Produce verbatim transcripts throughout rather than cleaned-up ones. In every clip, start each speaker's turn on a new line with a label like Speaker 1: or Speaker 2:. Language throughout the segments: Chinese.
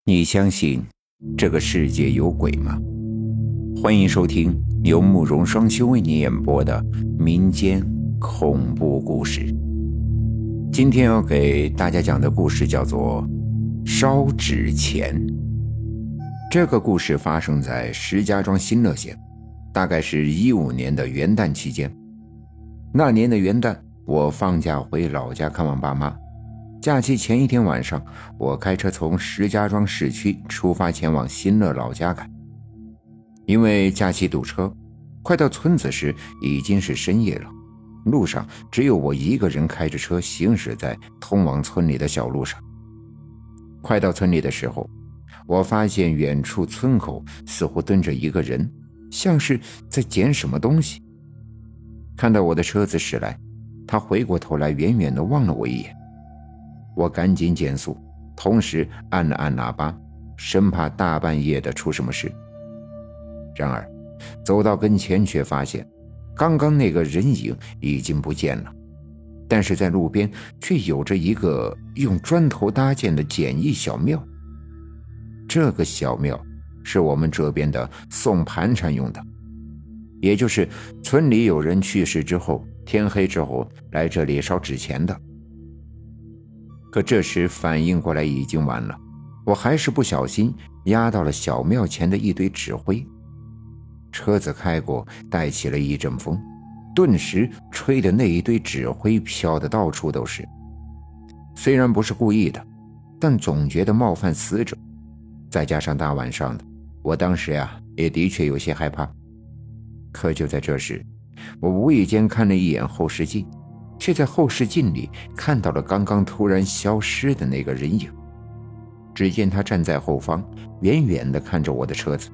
Speaker 1: 你相信这个世界有鬼吗？欢迎收听由慕容双修为你演播的民间恐怖故事。今天要给大家讲的故事叫做烧纸钱。这个故事发生在石家庄新乐县，大概是一五年的元旦期间。那年的元旦，我放假回老家看望爸妈。假期前一天晚上，我开车从石家庄市区出发前往新乐老家赶。因为假期堵车，快到村子时已经是深夜了，路上只有我一个人开着车行驶在通往村里的小路上。快到村里的时候，我发现远处村口似乎蹲着一个人，像是在捡什么东西。看到我的车子驶来，他回过头来远远地望了我一眼。我赶紧减速，同时按了按喇叭，生怕大半夜的出什么事。然而走到跟前却发现刚刚那个人影已经不见了，但是在路边却有着一个用砖头搭建的简易小庙。这个小庙是我们这边的送盘缠用的，也就是村里有人去世之后，天黑之后来这里烧纸钱的。可这时反应过来已经晚了，我还是不小心压到了小庙前的一堆纸灰。车子开过，带起了一阵风，顿时吹的那一堆纸灰飘得到处都是。虽然不是故意的，但总觉得冒犯死者，再加上大晚上的，我当时呀也的确有些害怕。可就在这时，我无意间看了一眼后视镜，却在后视镜里看到了刚刚突然消失的那个人影。只见他站在后方，远远地看着我的车子。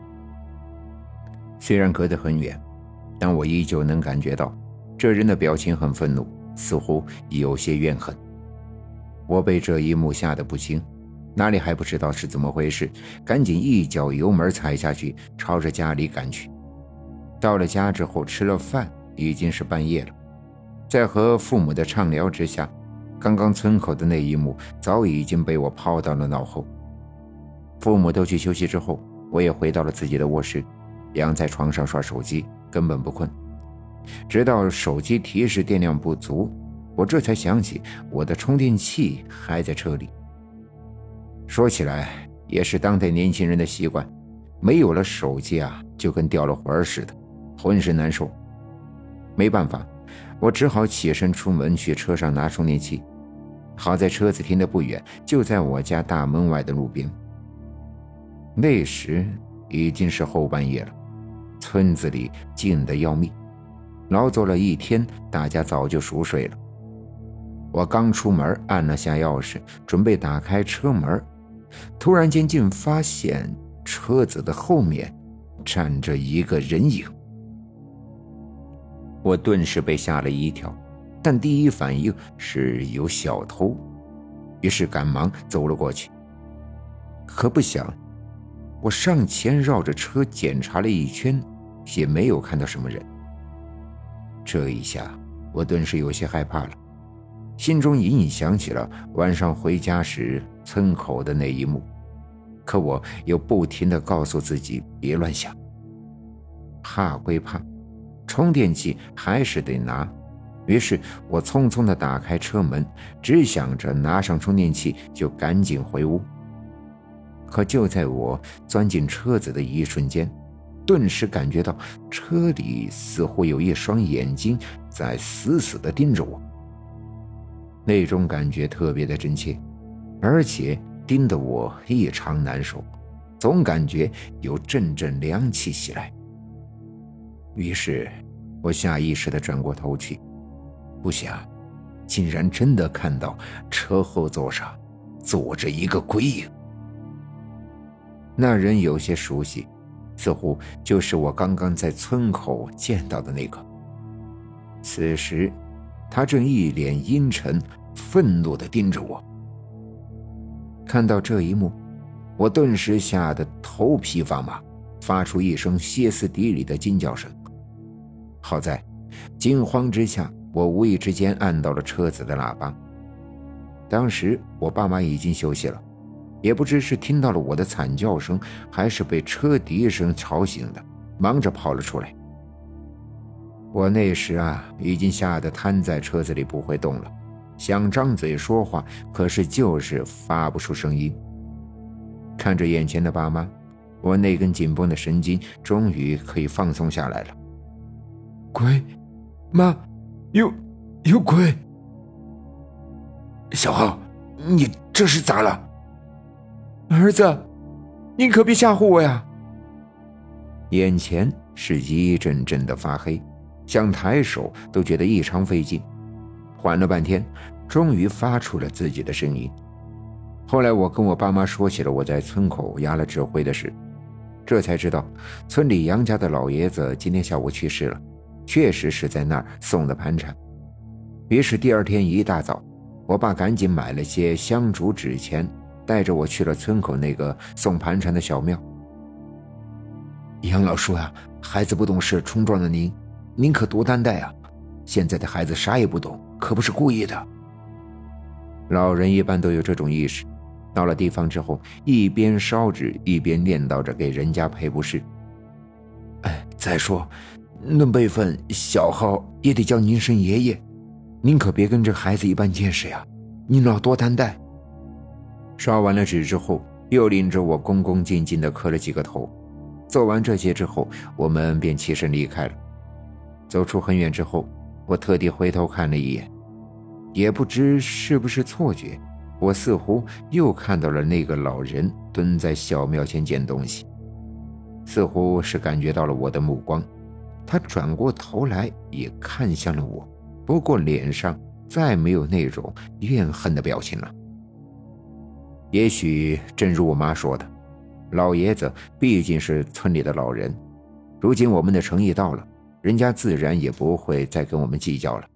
Speaker 1: 虽然隔得很远，但我依旧能感觉到这人的表情很愤怒，似乎有些怨恨。我被这一幕吓得不轻，哪里还不知道是怎么回事，赶紧一脚油门踩下去，朝着家里赶去。到了家之后吃了饭，已经是半夜了。在和父母的畅聊之下，刚刚村口的那一幕早已经被我抛到了脑后。父母都去休息之后，我也回到了自己的卧室，仰在床上刷手机，根本不困。直到手机提示电量不足，我这才想起我的充电器还在车里。说起来也是当代年轻人的习惯，没有了手机啊，就跟掉了魂似的，浑身难受。没办法，我只好起身出门去车上拿充电器。好在车子停得不远，就在我家大门外的路边。那时已经是后半夜了，村子里静得要命，劳作了一天，大家早就熟睡了。我刚出门，按了下钥匙，准备打开车门，突然间竟发现车子的后面站着一个人影。我顿时被吓了一跳，但第一反应是有小偷，于是赶忙走了过去。可不想，我上前绕着车检查了一圈，也没有看到什么人。这一下我顿时有些害怕了，心中隐隐想起了晚上回家时村口的那一幕。可我又不停地告诉自己别乱想。怕归怕，充电器还是得拿，于是我匆匆地打开车门，只想着拿上充电器就赶紧回屋。可就在我钻进车子的一瞬间，顿时感觉到车里似乎有一双眼睛在死死地盯着我。那种感觉特别的真切，而且盯得我异常难受，总感觉有阵阵凉气袭来。于是我下意识地转过头去，不想竟然真的看到车后座上坐着一个鬼影。那人有些熟悉，似乎就是我刚刚在村口见到的那个。此时他正一脸阴沉愤怒地盯着我。看到这一幕，我顿时吓得头皮发麻，发出一声歇斯底里的惊叫声。好在惊慌之下，我无意之间按到了车子的喇叭。当时我爸妈已经休息了， 也不知是听到了我的惨叫声，还是被车笛声吵醒的，忙着跑了出来。我那时啊，已经吓得瘫在车子里不会动了，想张嘴说话，可是就是发不出声音。看着眼前的爸妈，我那根紧绷的神经终于可以放松下来了。
Speaker 2: 鬼，妈，有有鬼！
Speaker 1: 小浩，你这是咋了？
Speaker 2: 儿子，你可别吓唬我呀！
Speaker 1: 眼前是一阵阵的发黑，想抬手都觉得异常费劲，缓了半天，终于发出了自己的声音。后来我跟我爸妈说起了我在村口压了指挥的事，这才知道村里杨家的老爷子今天下午去世了，确实是在那儿送的盘缠。于是第二天一大早，我爸赶紧买了些香烛纸钱，带着我去了村口那个送盘缠的小庙。杨老叔啊，孩子不懂事冲撞了您，您可多担待啊！现在的孩子啥也不懂，可不是故意的。老人一般都有这种意识，到了地方之后，一边烧纸一边念叨着给人家赔不是。哎，再说论辈分，小浩也得叫您声爷爷，您可别跟这孩子一般见识呀，您老多担待。烧完了纸之后，又领着我恭恭敬敬地磕了几个头。做完这些之后，我们便起身离开了。走出很远之后，我特地回头看了一眼，也不知是不是错觉，我似乎又看到了那个老人蹲在小庙前捡东西，似乎是感觉到了我的目光，他转过头来也看向了我，不过脸上再没有那种怨恨的表情了。也许正如我妈说的，老爷子毕竟是村里的老人，如今我们的诚意到了，人家自然也不会再跟我们计较了。